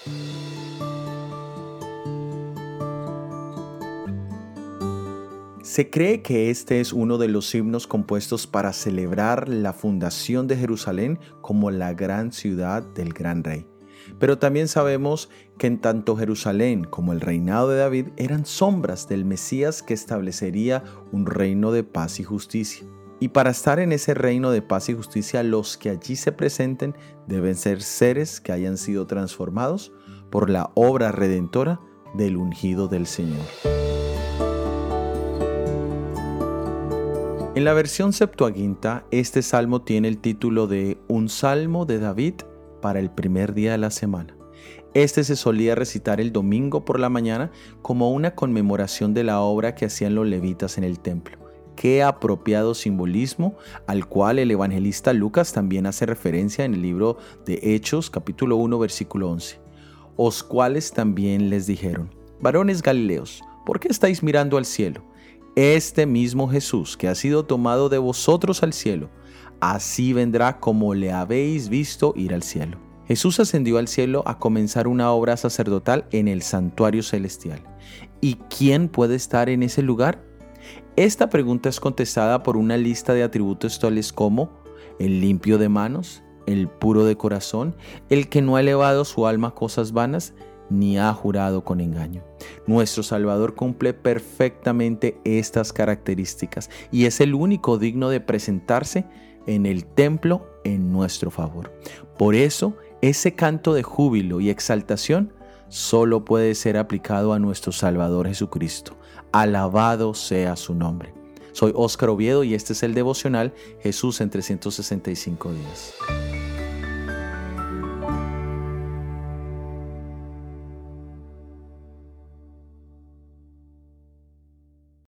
Se cree que este es uno de los himnos compuestos para celebrar la fundación de Jerusalén como la gran ciudad del gran rey. Pero también sabemos que en tanto Jerusalén como el reinado de David eran sombras del Mesías que establecería un reino de paz y justicia. Y para estar en ese reino de paz y justicia, los que allí se presenten deben ser seres que hayan sido transformados por la obra redentora del ungido del Señor. En la versión Septuaginta, este salmo tiene el título de Un salmo de David para el primer día de la semana. Este se solía recitar el domingo por la mañana como una conmemoración de la obra que hacían los levitas en el templo. Qué apropiado simbolismo al cual el evangelista Lucas también hace referencia en el libro de Hechos, capítulo 1, versículo 11. Os cuales también les dijeron: varones galileos, ¿por qué estáis mirando al cielo? Este mismo Jesús que ha sido tomado de vosotros al cielo, así vendrá como le habéis visto ir al cielo. Jesús ascendió al cielo a comenzar una obra sacerdotal en el santuario celestial. ¿Y quién puede estar en ese lugar? Esta pregunta es contestada por una lista de atributos tales como el limpio de manos, el puro de corazón, el que no ha elevado su alma a cosas vanas, ni ha jurado con engaño. Nuestro Salvador cumple perfectamente estas características y es el único digno de presentarse en el templo en nuestro favor. Por eso, ese canto de júbilo y exaltación solo puede ser aplicado a nuestro Salvador Jesucristo. Alabado sea su nombre. Soy Óscar Oviedo y este es el devocional Jesús en 365 días.